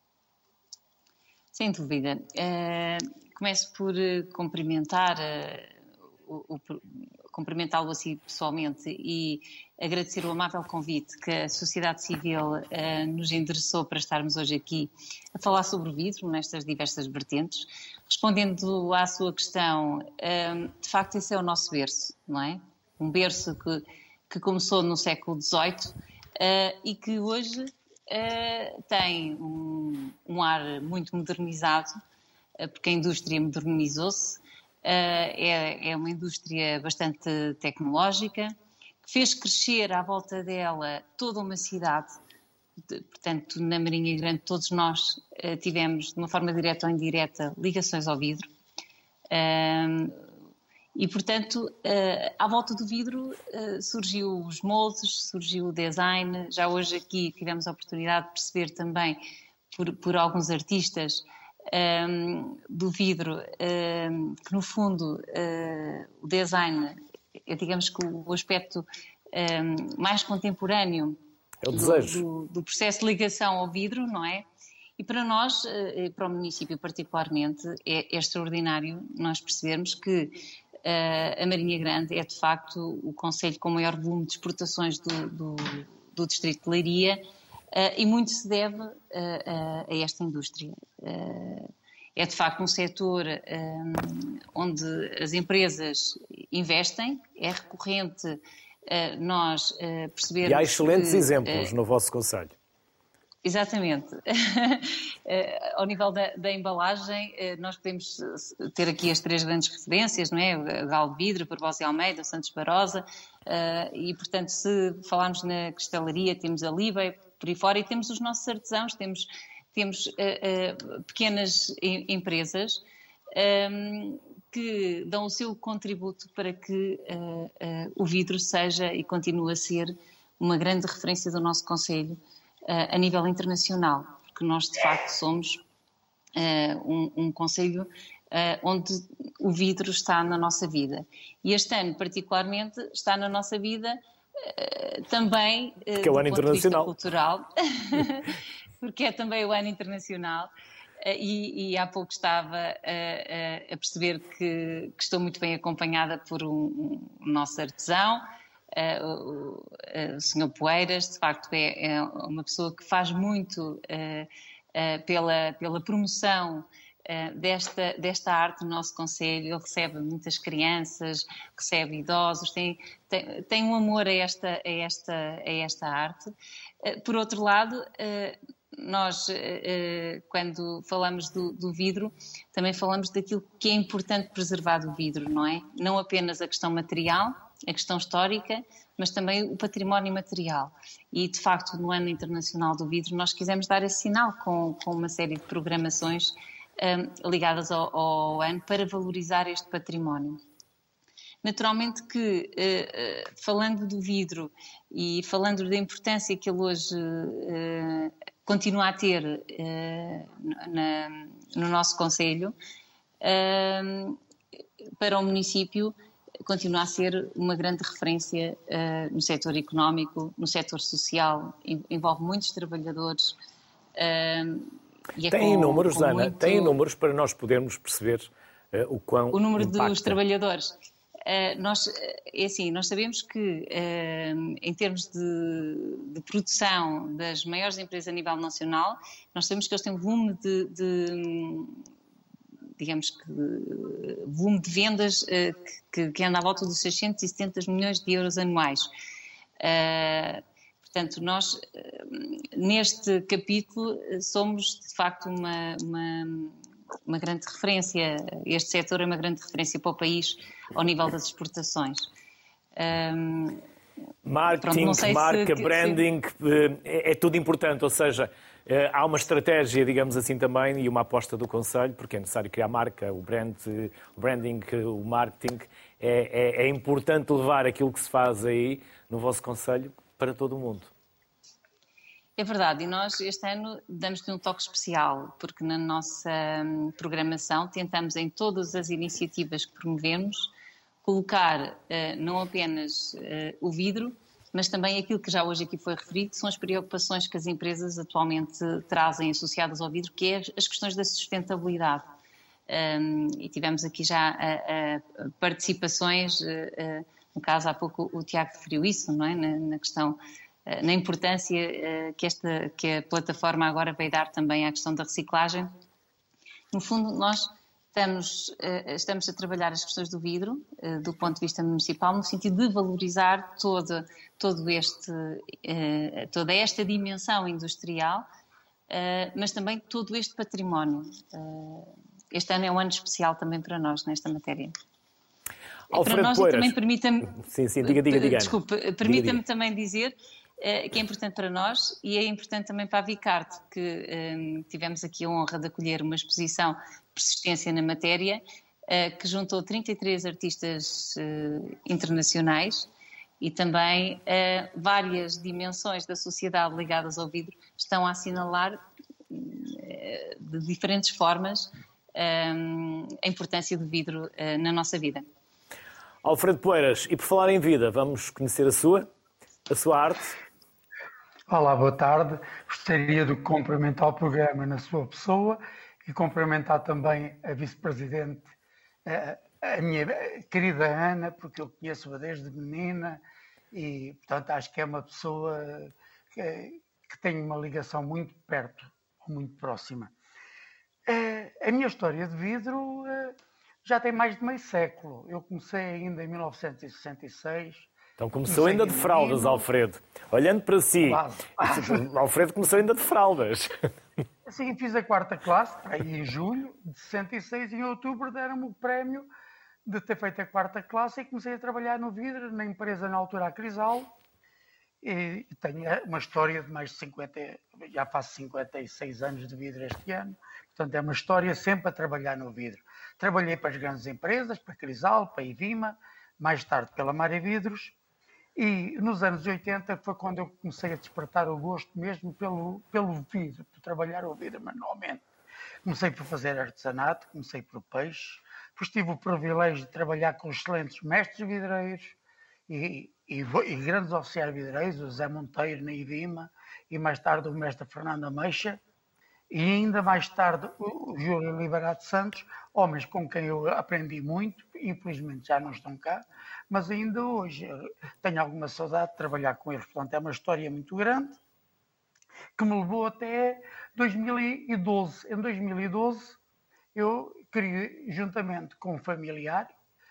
Sem dúvida. Começo por cumprimentá-lo assim pessoalmente e agradecer o amável convite que a sociedade civil nos endereçou para estarmos hoje aqui a falar sobre o vidro nestas diversas vertentes. Respondendo à sua questão, de facto esse é o nosso berço, não é? Um berço que começou no século XVIII e que hoje tem um ar muito modernizado, porque a indústria modernizou-se. É uma indústria bastante tecnológica, que fez crescer à volta dela toda uma cidade. Portanto, na Marinha Grande todos nós tivemos, de uma forma direta ou indireta, ligações ao vidro. E, portanto, à volta do vidro surgiu os moldes, surgiu o design. Já hoje aqui tivemos a oportunidade de perceber também, por alguns artistas do vidro, que no fundo o design, digamos que o aspecto mais contemporâneo é o desejo do processo de ligação ao vidro, não é? E para nós, para o município particularmente, é extraordinário nós percebermos que a Marinha Grande é, de facto, o concelho com o maior volume de exportações do distrito de Leiria e muito se deve a esta indústria. É, de facto, um setor onde as empresas investem, é recorrente nós percebermos... E há excelentes exemplos no vosso concelho. Exatamente. Ao nível da embalagem, nós podemos ter aqui as três grandes referências, não é? O Galo de Vidro, Barbosa e Almeida, Santos Barosa, e, portanto, se falarmos na cristalaria, temos a Liba, por aí fora, e temos os nossos artesãos, temos pequenas empresas que dão o seu contributo para que o vidro seja e continue a ser uma grande referência do nosso concelho a nível internacional, porque nós de facto somos um concelho onde o vidro está na nossa vida. E este ano particularmente está na nossa vida também porque é o ano internacional cultural, porque é também o ano internacional. E há pouco estava a perceber que estou muito bem acompanhada por um nosso artesão, o Sr. Poeiras. De facto é uma pessoa que faz muito pela promoção desta arte no nosso concelho. Ele recebe muitas crianças, recebe idosos, tem um amor a esta arte. Por outro lado, nós, quando falamos do vidro, também falamos daquilo que é importante preservar do vidro, não é? Não apenas a questão material, a questão histórica, mas também o património material. E, de facto, no Ano Internacional do Vidro, nós quisemos dar esse sinal com uma série de programações ligadas ao ano para valorizar este património. Naturalmente que, falando do vidro e falando da importância que ele hoje continua a ter no nosso concelho, para o município continua a ser uma grande referência no setor económico, no setor social, envolve muitos trabalhadores. Tem números, Ana? Tem números para nós podermos perceber o quão o número impacta. Dos trabalhadores. Nós sabemos que, em termos de produção das maiores empresas a nível nacional, nós sabemos que eles têm um volume volume de vendas que anda à volta dos 670 milhões de euros anuais. Portanto, nós, neste capítulo, somos, de facto, uma grande referência. Este setor é uma grande referência para o país ao nível das exportações. Marketing, marca, branding, é tudo importante, ou seja, há uma estratégia, digamos assim, também, e uma aposta do Conselho, porque é necessário criar marca, o branding, o marketing. É importante levar aquilo que se faz aí no vosso Conselho para todo o mundo. É verdade, e nós este ano damos-lhe um toque especial, porque na nossa programação tentamos em todas as iniciativas que promovemos colocar não apenas o vidro, mas também aquilo que já hoje aqui foi referido, são as preocupações que as empresas atualmente trazem associadas ao vidro, que é as questões da sustentabilidade. E tivemos aqui já participações, no caso há pouco o Tiago referiu isso, não é? Na questão, na importância que a plataforma agora vai dar também à questão da reciclagem. No fundo, nós estamos a trabalhar as questões do vidro, do ponto de vista municipal, no sentido de valorizar toda esta dimensão industrial, mas também todo este património. Este ano é um ano especial também para nós nesta matéria. Alfredo para nós, Poeiras. Também permita-me... Sim, diga. Desculpe, permita-me também dizer que é importante para nós e é importante também para a Vicarte, que tivemos aqui a honra de acolher uma exposição Persistência na Matéria, que juntou 33 artistas internacionais e também várias dimensões da sociedade ligadas ao vidro estão a assinalar de diferentes formas a importância do vidro na nossa vida. Alfredo Poeiras, e por falar em vida, vamos conhecer a sua arte? Olá, boa tarde. Gostaria de cumprimentar o programa na sua pessoa e cumprimentar também a vice-presidente, a minha querida Ana, porque eu conheço-a desde menina e, portanto, acho que é uma pessoa que tem uma ligação muito perto, muito próxima. A minha história de vidro já tem mais de meio século. Eu comecei ainda em 1966. Então começou ainda de fraldas, Alfredo. Olhando para si, Alfredo começou ainda de fraldas. Sim, fiz a 4ª classe, aí em julho de 66, e em outubro deram-me o prémio de ter feito a 4ª classe e comecei a trabalhar no vidro, na empresa na altura a Crisal. E tenho uma história de mais de 50, já faço 56 anos de vidro este ano, portanto é uma história sempre a trabalhar no vidro. Trabalhei para as grandes empresas, para a Crisal, para a Ivima, mais tarde pela Mare Vidros, e nos anos 80 foi quando eu comecei a despertar o gosto mesmo pelo vidro, por trabalhar o vidro manualmente. Comecei por fazer artesanato, comecei por peixe, depois tive o privilégio de trabalhar com excelentes mestres vidreiros e grandes oficiais vidreiros, o Zé Monteiro na Ivima e mais tarde o mestre Fernando Ameixa e ainda mais tarde o Júlio Liberato Santos, homens com quem eu aprendi muito, infelizmente já não estão cá, mas ainda hoje tenho alguma saudade de trabalhar com eles. Portanto, é uma história muito grande que me levou até 2012. Em 2012 eu criei, juntamente com um familiar,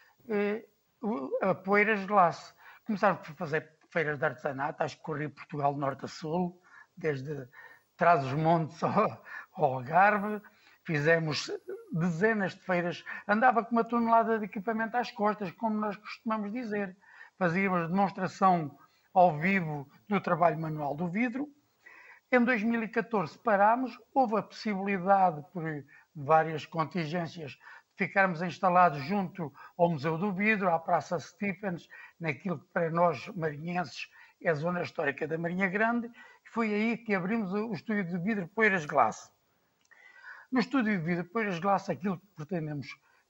a Poeiras Glace. Começaram por fazer feiras de artesanato, acho que corri Portugal de norte a sul, desde Trás-os-Montes ao Algarve, fizemos dezenas de feiras, andava com uma tonelada de equipamento às costas, como nós costumamos dizer. Fazíamos demonstração ao vivo do trabalho manual do vidro. Em 2014 parámos, houve a possibilidade, por várias contingências, de ficarmos instalados junto ao Museu do Vidro, à Praça Stephens, naquilo que para nós marinhenses é a zona histórica da Marinha Grande, e foi aí que abrimos o estúdio de vidro Poeiras Glace. No estúdio de vidro Poeiras Glace, aquilo que pretendemos,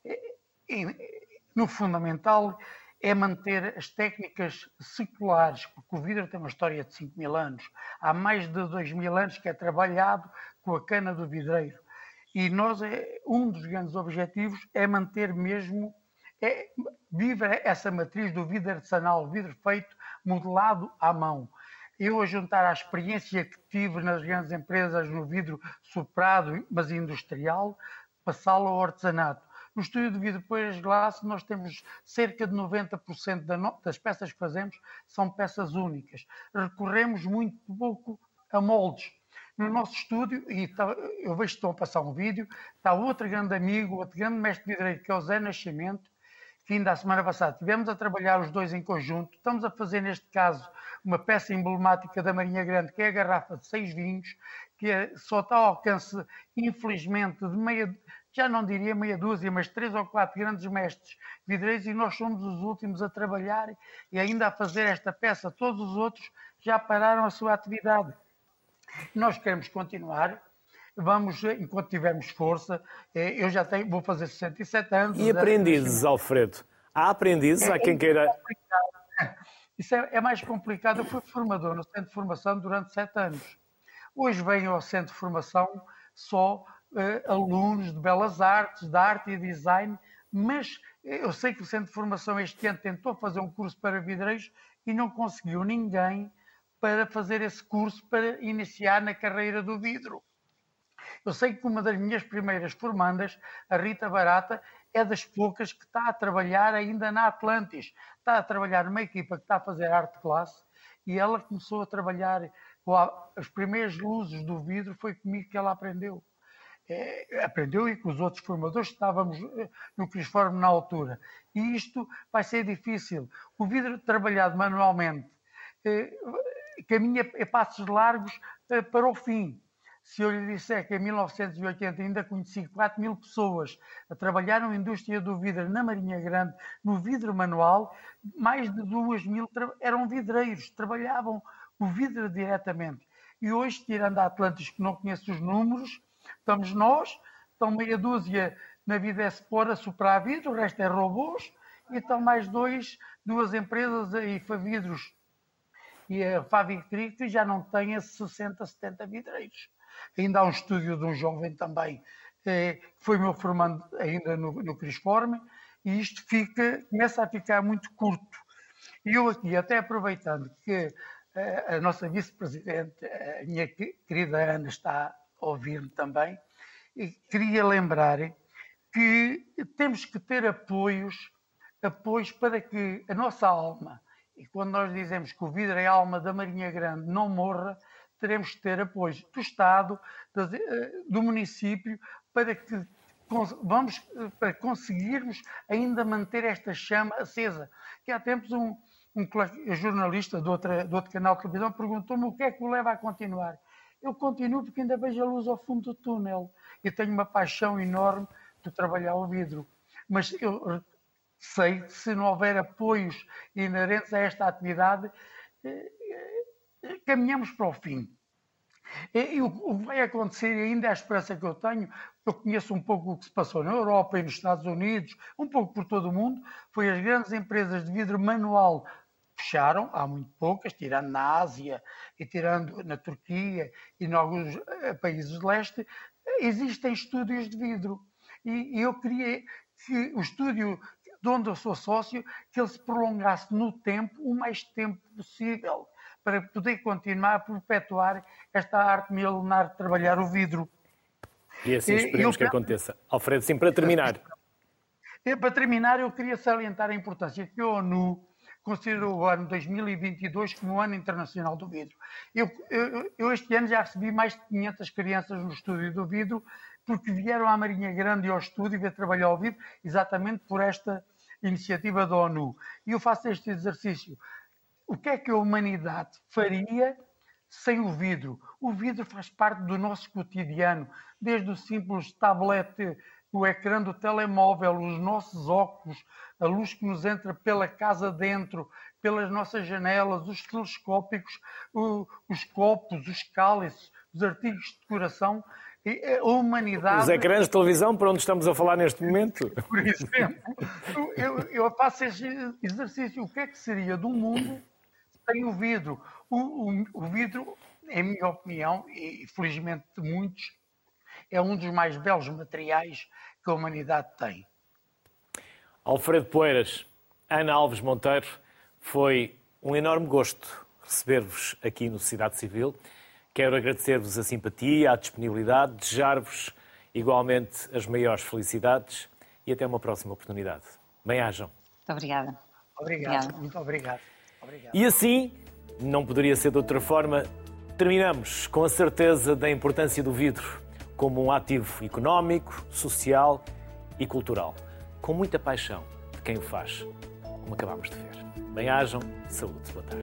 no fundamental, é manter as técnicas seculares, porque o vidro tem uma história de 5.000 anos. Há mais de 2.000 anos que é trabalhado com a cana do vidreiro. E nós, um dos grandes objetivos é manter mesmo, viva essa matriz do vidro artesanal, vidro feito, modelado à mão. Eu, a juntar à experiência que tive nas grandes empresas no vidro soprado, mas industrial, passá-lo ao artesanato. No estúdio de vidro Poeiras Glace, nós temos cerca de 90% das peças que fazemos são peças únicas. Recorremos muito pouco a moldes. No nosso estúdio, e eu vejo que estão a passar um vídeo, está outro grande amigo, outro grande mestre vidreiro, que é o Zé Nascimento, que ainda a semana passada estivemos a trabalhar os dois em conjunto. Estamos a fazer, neste caso, uma peça emblemática da Marinha Grande, que é a garrafa de 6 vinhos, que só está ao alcance, infelizmente, de já não diria meia dúzia, mas 3 ou 4 grandes mestres vidreiros, e nós somos os últimos a trabalhar e ainda a fazer esta peça. Todos os outros já pararam a sua atividade. Nós queremos continuar, vamos, enquanto tivermos força. Eu já vou fazer 67 anos. E aprendizes, Alfredo? Há aprendizes? Há quem queira... Isso é mais complicado. Eu fui formador no Centro de Formação durante 7 anos. Hoje venho ao Centro de Formação só alunos de Belas Artes, de Arte e Design, mas eu sei que o Centro de Formação este ano tentou fazer um curso para vidreiros e não conseguiu ninguém para fazer esse curso para iniciar na carreira do vidro. Eu sei que uma das minhas primeiras formandas, a Rita Barata, é das poucas que está a trabalhar ainda na Atlantis. Está a trabalhar numa equipa que está a fazer arte classe e ela começou a trabalhar com as primeiras luzes do vidro, foi comigo que ela aprendeu. Aprendeu e com os outros formadores, estávamos no Crisforme na altura. E isto vai ser difícil. O vidro trabalhado manualmente caminha a passos largos para o fim. Se eu lhe disser que em 1980 ainda conheci 4.000 pessoas a trabalhar na indústria do vidro na Marinha Grande, no vidro manual, mais de 2.000 eram vidreiros, trabalhavam o vidro diretamente. E hoje, tirando a Atlantis, que não conheço os números, estamos nós, estão meia dúzia na Videspor a soprar vidro, o resto é robôs, e estão mais duas empresas, a IFA Vidros e a Favictri, que já não têm 60, 70 vidreiros. Ainda há um estúdio de um jovem também, que foi meu formando ainda no Crisforme, e isto começa a ficar muito curto. E eu aqui, até aproveitando que a nossa vice-presidente, a minha querida Ana, está a ouvir-me também, e queria lembrar que temos que ter apoios para que a nossa alma, e quando nós dizemos que o vidro é a alma da Marinha Grande, não morra, teremos que ter apoio do Estado, do município, para conseguirmos ainda manter esta chama acesa. Que há tempos um jornalista de outro canal de televisão perguntou-me o que é que o leva a continuar. Eu continuo porque ainda vejo a luz ao fundo do túnel. Eu tenho uma paixão enorme de trabalhar o vidro. Mas eu sei que se não houver apoios inerentes a esta atividade, caminhamos para o fim. E o que vai acontecer, ainda é a esperança que eu tenho, eu conheço um pouco o que se passou na Europa e nos Estados Unidos, um pouco por todo o mundo, foi as grandes empresas de vidro manual fecharam, há muito poucas, tirando na Ásia e tirando na Turquia e em alguns países de leste, existem estúdios de vidro. E eu queria que o estúdio de onde eu sou sócio, que ele se prolongasse no tempo, o mais tempo possível, para poder continuar a perpetuar esta arte milenar de trabalhar o vidro. E assim esperemos que aconteça. Alfredo, sim, para terminar. Para terminar, eu queria salientar a importância que a ONU, considero o ano 2022 como o Ano Internacional do Vidro. Eu este ano já recebi mais de 500 crianças no estúdio do vidro, porque vieram à Marinha Grande e ao estúdio ver trabalhar o vidro, exatamente por esta iniciativa da ONU. E eu faço este exercício. O que é que a humanidade faria sem o vidro? O vidro faz parte do nosso cotidiano, desde o simples tablet, o ecrã do telemóvel, os nossos óculos, a luz que nos entra pela casa dentro, pelas nossas janelas, os telescópicos, os copos, os cálices, os artigos de decoração. A humanidade... Os ecrãs de televisão, para onde estamos a falar neste momento. Por exemplo, eu faço este exercício. O que é que seria do mundo sem o vidro? O vidro, em minha opinião, e felizmente de muitos, é um dos mais belos materiais que a humanidade tem. Alfredo Poeiras, Ana Alves Monteiro, foi um enorme gosto receber-vos aqui no Sociedade Civil. Quero agradecer-vos a simpatia, a disponibilidade, desejar-vos igualmente as maiores felicidades e até uma próxima oportunidade. Bem-ajam. Muito obrigada. Obrigado, muito obrigado. E assim, não poderia ser de outra forma, terminamos com a certeza da importância do vidro como um ativo económico, social e cultural, com muita paixão de quem o faz, como acabámos de ver. Bem-ajam, saúde, boa tarde.